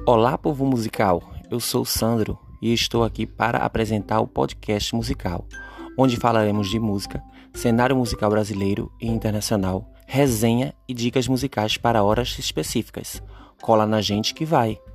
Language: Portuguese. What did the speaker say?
Olá, povo musical! Eu sou o Sandro e estou aqui para apresentar o podcast musical, onde falaremos de música, cenário musical brasileiro e internacional, resenha e dicas musicais para horas específicas. Cola na gente que vai!